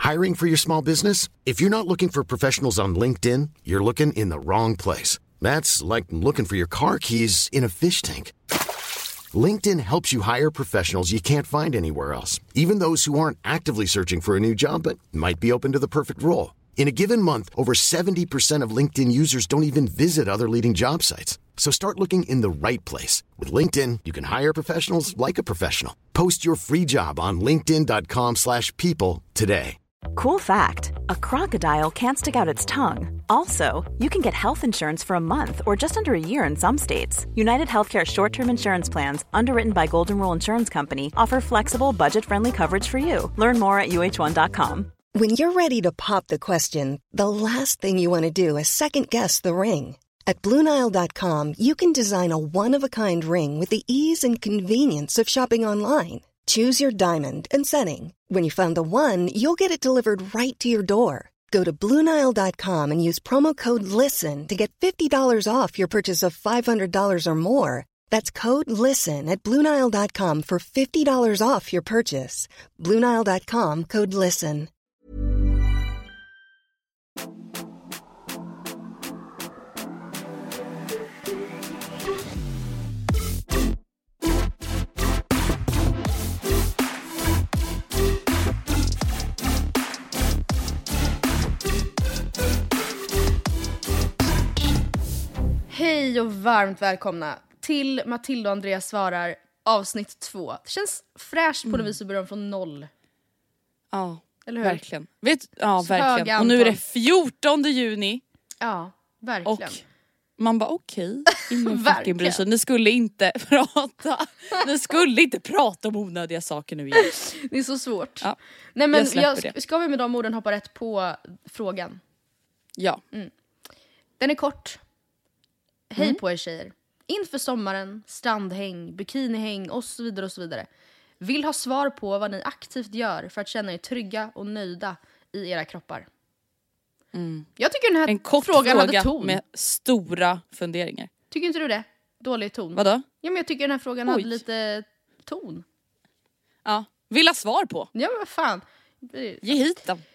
Hiring for your small business? If you're not looking for professionals on LinkedIn, you're looking in the wrong place. That's like looking for your car keys in a fish tank. LinkedIn helps you hire professionals you can't find anywhere else, even those who aren't actively searching for a new job but might be open to the perfect role. In a given month, over 70% of LinkedIn users don't even visit other leading job sites. So start looking in the right place. With LinkedIn, you can hire professionals like a professional. Post your free job on linkedin.com/people today. Cool fact, a crocodile can't stick out its tongue. Also, you can get health insurance for a month or just under a year in some states. United Healthcare short-term insurance plans, underwritten by Golden Rule Insurance Company, offer flexible, budget-friendly coverage for you. Learn more at uh1.com. When you're ready to pop the question, the last thing you want to do is second-guess the ring. At BlueNile.com, you can design a one-of-a-kind ring with the ease and convenience of shopping online. Choose your diamond and setting. When you find the one, you'll get it delivered right to your door. Go to BlueNile.com and use promo code LISTEN to get $50 off your purchase of $500 or more. That's code LISTEN at BlueNile.com for $50 off your purchase. BlueNile.com, code LISTEN. Hej och varmt välkomna till Matilda och Andreas svarar avsnitt 2. Det känns fräscht på något vis att börja från 0. Ja, eller hur? Verkligen. Verkligen. Och nu är det 14 juni. Ja, verkligen. Och man bara okej, ingen fucking bryr sig. Ni skulle inte prata om onödiga saker nu igen. Det är så svårt. Ja, nej men ska vi med de orden hoppa rätt på frågan? Ja. Den är kort. Hej på er tjejer. Inför sommaren, strandhäng, bikinihäng och så vidare och så vidare. Vill ha svar på vad ni aktivt gör för att känna er trygga och nöjda i era kroppar. Jag tycker den här en kort frågan hade ton. Med stora funderingar. Tycker inte du det? Dålig ton. Vadå? Ja, men jag tycker den här frågan hade lite ton. Ja, vill ha svar på. Ja, men vad fan. Ge hit dem.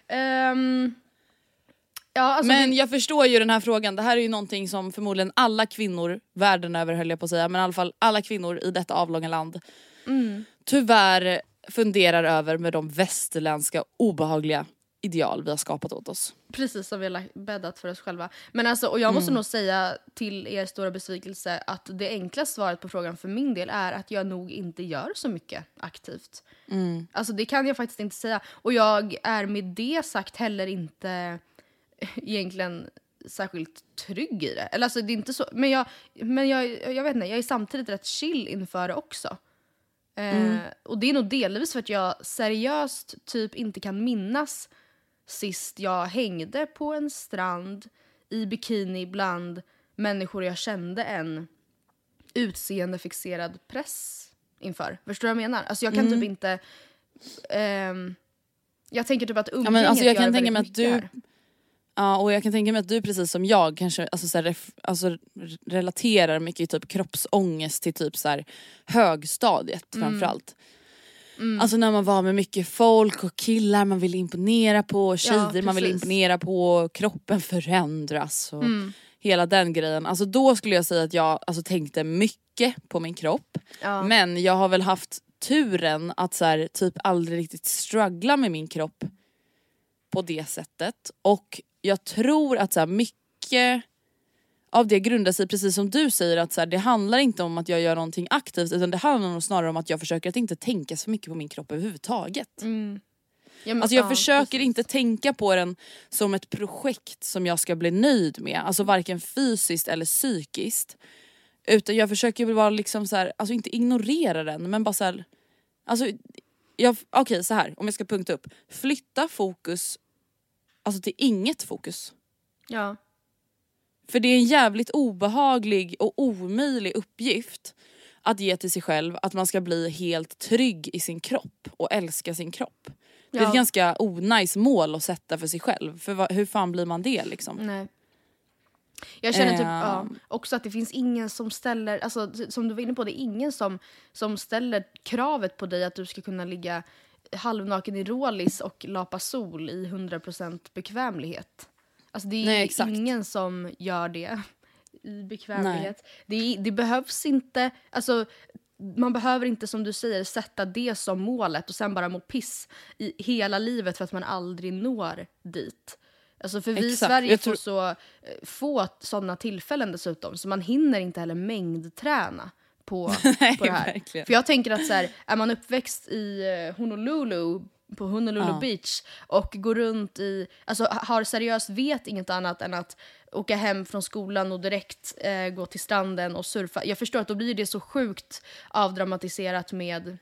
Ja, alltså men jag förstår ju den här frågan. Det här är ju någonting som förmodligen alla kvinnor världen över, höll jag på att säga, men i alla fall alla kvinnor i detta avlånga land tyvärr funderar över med de västerländska obehagliga ideal vi har skapat åt oss. Precis, som vi har bäddat för oss själva. Men alltså, och jag måste nog säga till er stora besvikelse att det enkla svaret på frågan för min del är att jag nog inte gör så mycket aktivt. Alltså det kan jag faktiskt inte säga. Och jag är med det sagt heller inte egentligen särskilt trygg i det. Eller alltså det är inte så, men jag vet inte, jag är samtidigt rätt chill inför det också. Och det är nog delvis för att jag seriöst typ inte kan minnas sist jag hängde på en strand i bikini bland människor jag kände en utseendefixerad press inför. Förstår du vad jag menar? Alltså jag kan typ inte jag tänker typ att umgänget alltså jag kan gör tänka mig väldigt att du Ja, och jag kan tänka mig att du precis som jag kanske alltså relaterar mycket typ kroppsångest till typ så här högstadiet framförallt. Alltså när man var med mycket folk och killar man vill imponera på, tjejer man vill imponera på, kroppen förändras och hela den grejen. Alltså då skulle jag säga att jag tänkte mycket på min kropp. Men jag har väl haft turen att så här, typ aldrig riktigt struggla med min kropp på det sättet. Och jag tror att så här, mycket av det grundar sig precis som du säger att så här, det handlar inte om att jag gör någonting aktivt utan det handlar nog snarare om att jag försöker att inte tänka så mycket på min kropp överhuvudtaget. Ja, men, alltså jag försöker inte tänka på den som ett projekt som jag ska bli nöjd med, alltså varken fysiskt eller psykiskt, utan jag försöker väl vara liksom så här, alltså inte ignorera den men bara så här, alltså okej, så här, om jag ska punkta upp, flytta fokus alltså till inget fokus. Ja. För det är en jävligt obehaglig och omöjlig uppgift att ge till sig själv att man ska bli helt trygg i sin kropp och älska sin kropp. Det är ett ganska onajs mål att sätta för sig själv. För hur fan blir man det liksom? Nej. Jag känner typ också att det finns ingen som ställer, alltså som du var inne på, det är ingen som ställer kravet på dig att du ska kunna ligga halvnaken i Rålis och lapa sol i 100% bekvämlighet. Alltså det är Nej, exakt. ingen som gör det i bekvämlighet. Det behövs inte, alltså man behöver inte, som du säger, sätta det som målet och sen bara må piss i hela livet för att man aldrig når dit. Alltså för vi i Sverige får så få sådana tillfällen dessutom, så man hinner inte heller mängdträna på Nej, det här. verkligen. För jag tänker att så här, är man uppväxt i Honolulu, på Honolulu Beach och går runt i, alltså har seriöst vet inget annat än att åka hem från skolan och direkt gå till stranden och surfa. Jag förstår att då blir det så sjukt avdramatiserat med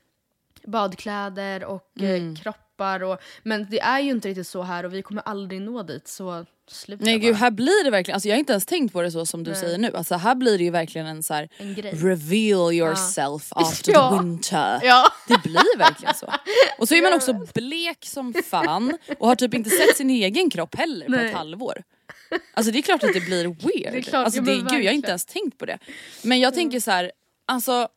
badkläder och kroppar. Men det är ju inte riktigt så här och vi kommer aldrig nå dit, så sluta. Nej gud, här blir det verkligen, alltså jag har inte ens tänkt på det så som du säger nu. Alltså här blir det ju verkligen en så här reveal yourself after the winter. Ja. Det blir verkligen så. Och så är man också blek som fan och har typ inte sett sin egen kropp heller på ett halvår. Alltså det är klart att det blir weird. Det är klart, alltså gud, jag har inte ens tänkt på det. Men jag tänker så här, alltså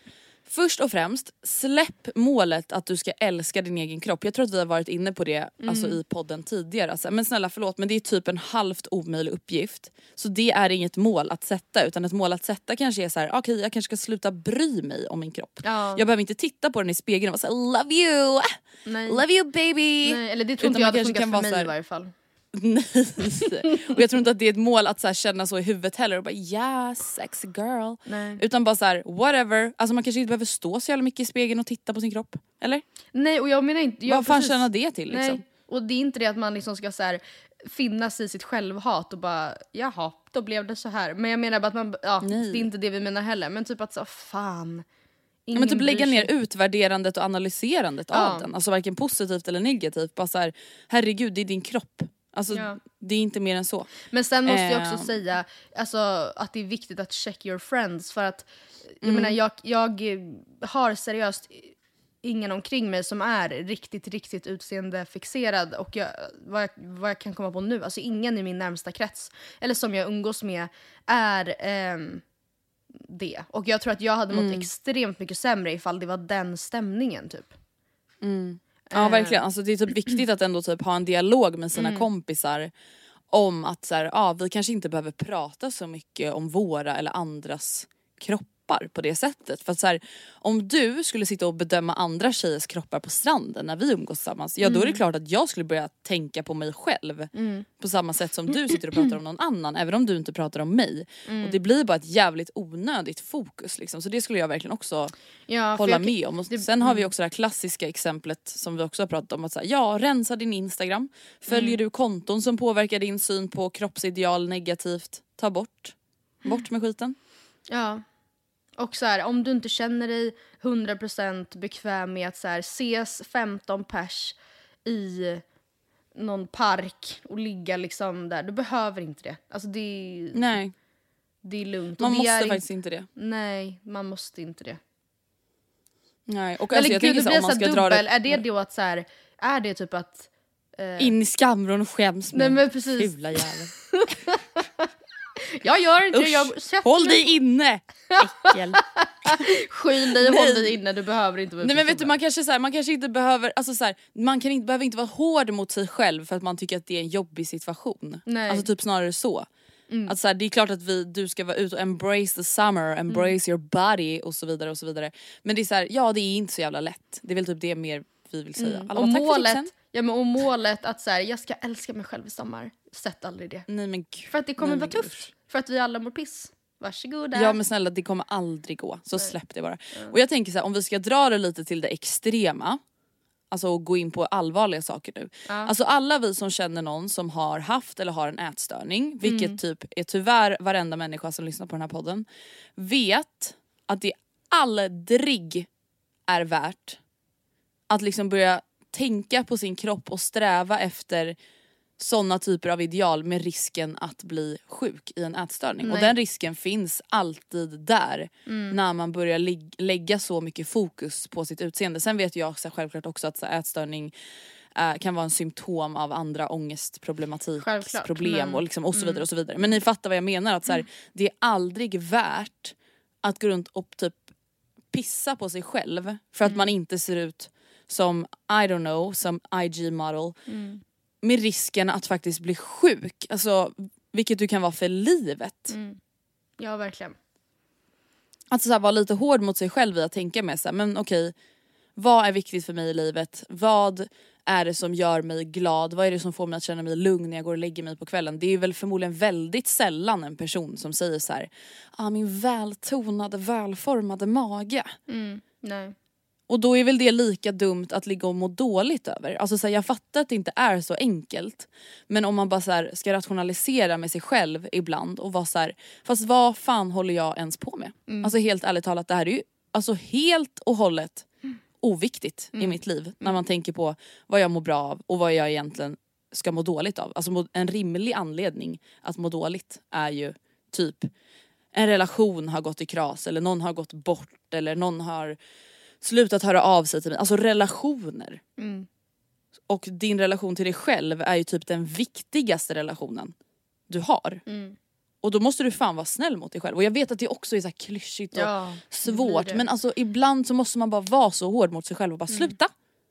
först och främst, släpp målet att du ska älska din egen kropp. Jag tror att vi har varit inne på det alltså, i podden tidigare. Alltså, men snälla förlåt, men det är typ en halvt omöjlig uppgift. Så det är inget mål att sätta. Utan ett mål att sätta kanske är så här: okej, jag kanske ska sluta bry mig om min kropp. Ja. Jag behöver inte titta på den i spegeln och säga love you, love you baby. Nej, eller det tror inte jag hade funkat för mig i varje fall. Nej. Och jag tror inte att det är ett mål att så här, känna så i huvudet heller och bara yeah, sexy girl. Nej. Utan bara så här, whatever. Alltså man kanske inte behöver stå så jävla mycket i spegeln och titta på sin kropp. Eller? Nej, och jag menar inte, vad fan känner det till liksom? Nej. Och det är inte det att man liksom ska så här finnas i sitt självhat och bara jaha, då blev det så här. Men jag menar bara att man, ja, det är inte det vi menar heller. Men typ att så fan, men typ lägga ner utvärderandet och analyserandet av den. Alltså varken positivt eller negativt. Bara så här, herregud, det är din kropp. Alltså det är inte mer än så. Men sen måste jag också säga alltså, att det är viktigt att check your friends. För att jag menar, jag har seriöst ingen omkring mig som är riktigt utseendefixerad. Och vad jag kan komma på nu, alltså ingen i min närmsta krets eller som jag umgås med är det. Och jag tror att jag hade mått extremt mycket sämre ifall det var den stämningen typ. Ja verkligen, alltså det är typ viktigt att ändå typ ha en dialog med sina kompisar om att så här, vi kanske inte behöver prata så mycket om våra eller andras kroppar på det sättet. För att så här, om du skulle sitta och bedöma andra tjejers kroppar på stranden när vi umgås tillsammans, ja då är det klart att jag skulle börja tänka på mig själv på samma sätt som du sitter och pratar om någon annan, även om du inte pratar om mig. Och det blir bara ett jävligt onödigt fokus liksom. Så det skulle jag verkligen också hålla med om. Och sen har vi också det här klassiska exemplet som vi också har pratat om, att så här, rensa din Instagram. Följer du konton som påverkar din syn på kroppsideal negativt, ta bort med skiten. Ja. Och så här, om du inte känner dig 100% bekväm med att så här, ses 15 pers i någon park och ligga liksom där, du behöver inte det. Alltså det är lugnt. Man och måste faktiskt inte det. Nej, man måste inte det. Nej, och alltså, jag tänker så om man ska dra det... Är det då att så här, är det typ att... in i skamvrån och skäms med. Nej, men precis. Fula jävel. Jag gör inte det. Håll dig inne, äckel. Skyl dig och håll dig inne, du behöver inte vara. Nej men vet du, man kanske inte behöver, alltså så här, behöver inte vara hård mot sig själv för att man tycker att det är en jobbig situation. Nej. Alltså typ snarare så. Att så här, det är klart att du ska vara ute och embrace the summer, embrace your body och så vidare och så vidare. Men det är så här, det är inte så jävla lätt. Det är väl typ det mer vi vill säga. Och målet att så här, jag ska älska mig själv i sommar. Sätt aldrig det. Nej men gud. För att det kommer vara tufft. För att vi alla mår piss. Varsågoda. Ja men snälla, det kommer aldrig gå. Så släpp det bara. Och jag tänker så här, om vi ska dra det lite till det extrema, alltså gå in på allvarliga saker nu. Alltså alla vi som känner någon som har haft eller har en ätstörning, vilket typ är tyvärr varenda människa som lyssnar på den här podden, vet att det aldrig är värt att liksom börja tänka på sin kropp och sträva efter sådana typer av ideal med risken att bli sjuk i en ätstörning. Nej. Och den risken finns alltid där när man börjar lägga så mycket fokus på sitt utseende. Sen vet jag också, självklart också att så, ätstörning kan vara en symptom av andra ångestproblem och, liksom, och så vidare och så vidare. Men ni fattar vad jag menar, att så här, det är aldrig värt att gå runt och typ pissa på sig själv för att man inte ser ut som I don't know, som IG-model med risken att faktiskt bli sjuk. Alltså, vilket du kan vara för livet. Ja, verkligen. Att så här, vara lite hård mot sig själv i att tänka med sig, men okej, vad är viktigt för mig i livet? Vad är det som gör mig glad? Vad är det som får mig att känna mig lugn när jag går och lägger mig på kvällen? Det är väl förmodligen väldigt sällan en person som säger så här: min vältonade, välformade mage. Nej. Och då är väl det lika dumt att ligga och må dåligt över. Alltså så här, jag fattar att det inte är så enkelt. Men om man bara så här, ska rationalisera med sig själv ibland och vara så här, fast vad fan håller jag ens på med? Alltså helt ärligt talat, det här är ju alltså helt och hållet oviktigt i mitt liv. När man tänker på vad jag mår bra av och vad jag egentligen ska må dåligt av. Alltså en rimlig anledning att må dåligt är ju typ en relation har gått i kras, eller någon har gått bort, eller någon har slutat höra av sig till mig. Alltså relationer. Och din relation till dig själv är ju typ den viktigaste relationen du har. Och då måste du fan vara snäll mot dig själv. Och jag vet att det också är så här klyschigt och svårt. Men alltså ibland så måste man bara vara så hård mot sig själv och bara sluta.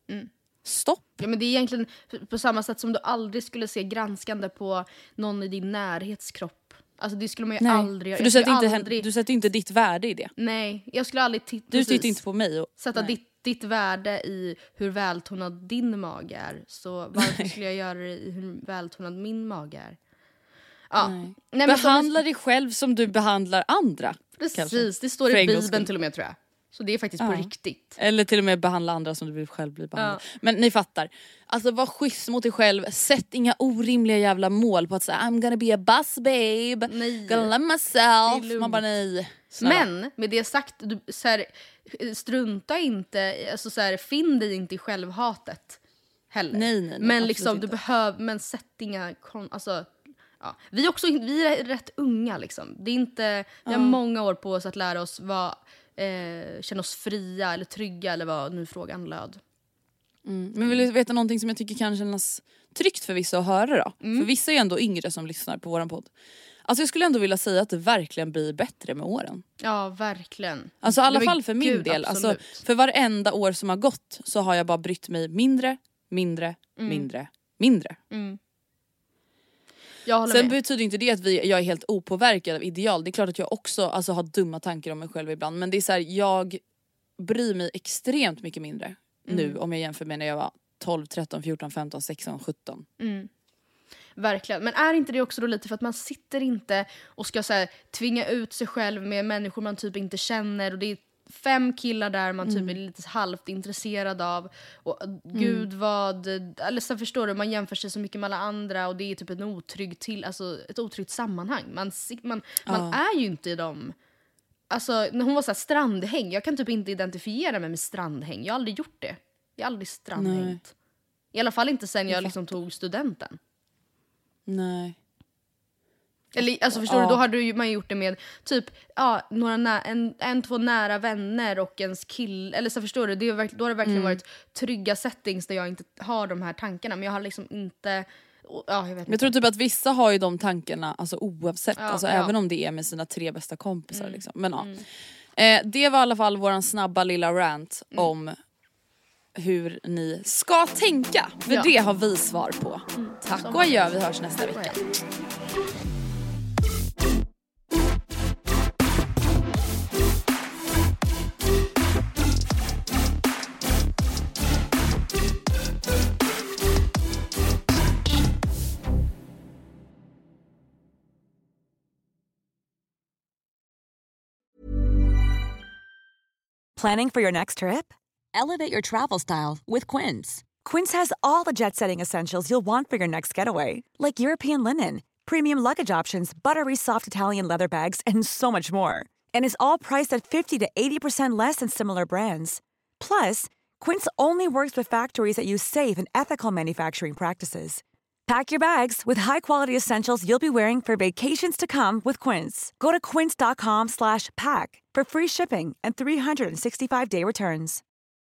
Stopp. Ja, men det är egentligen på samma sätt som du aldrig skulle se granskande på någon i din närhetskropp. Alltså det skulle man ju aldrig göra. För du sätter inte ditt värde i det. Nej, jag skulle aldrig Du tittar inte på mig. Sätta ditt värde i hur vältonad din mage är. Så varför skulle jag göra det i hur vältonad min mage är? Ja. Nej, behandla dig själv som du behandlar andra. Precis, kanske. det står i Bibeln till och med, tror jag. Så det är faktiskt på riktigt. Eller till och med behandla andra som du själv blir behandlad. Men ni fattar. Alltså var schysst mot dig själv. Sätt inga orimliga jävla mål på att säga I'm gonna be a boss babe. Nej. Gonna love myself. Man bara nej. Snälla. Men med det sagt, du, så här, strunta inte, alltså, så här, finn dig inte i självhatet heller. Nej, men liksom, du behöver, men sätt inga alltså, ja. Vi är rätt unga liksom. Det är inte, vi har många år på oss att lära oss känna oss fria eller trygga, eller vad nu frågan löd. Men vill du veta någonting som jag tycker kan kännas tryggt för vissa att höra då? För vissa är ju ändå yngre som lyssnar på våran podd. Alltså jag skulle ändå vilja säga att det verkligen blir bättre med åren. Ja, verkligen. Alltså i alla fall för min del. Alltså, för varenda år som har gått så har jag bara brytt mig mindre. Sen betyder inte det att jag är helt opåverkad av ideal. Det är klart att jag också har dumma tankar om mig själv ibland. Men det är så här, jag bryr mig extremt mycket mindre nu om jag jämför med när jag var 12, 13, 14, 15, 16, 17. Verkligen. Men är inte det också då lite för att man sitter inte och ska så här, tvinga ut sig själv med människor man typ inte känner, och det är 5 killar där man typ är lite halvt intresserad av, och gud vad, eller så förstår du, man jämför sig så mycket med alla andra, och det är typ ett otryggt sammanhang. Man är ju inte i dem. Alltså när hon var så här strandhäng, jag kan typ inte identifiera mig med strandhäng. Jag har aldrig gjort det. Jag har aldrig strandhängt. I alla fall inte sen jag liksom tog studenten. Nej. Eller, alltså förstår du, då har man gjort det med typ två nära vänner och ens kill, eller så förstår du, då har det verkligen varit trygga settings där jag inte har de här tankarna, men jag har liksom inte, jag vet inte. Jag tror typ att vissa har ju de tankarna, alltså oavsett, även om det är med sina 3 bästa kompisar liksom. Men det var i alla fall våran snabba lilla rant om hur ni ska tänka, för det har vi svar på. Tack och adjö, vi hörs nästa vecka. Planning for your next trip? Elevate your travel style with Quince. Quince has all the jet-setting essentials you'll want for your next getaway, like European linen, premium luggage options, buttery soft Italian leather bags, and so much more. And is all priced at 50 to 80% less than similar brands. Plus, Quince only works with factories that use safe and ethical manufacturing practices. Pack your bags with high-quality essentials you'll be wearing for vacations to come with Quince. Go to quince.com/pack for free shipping and 365-day returns.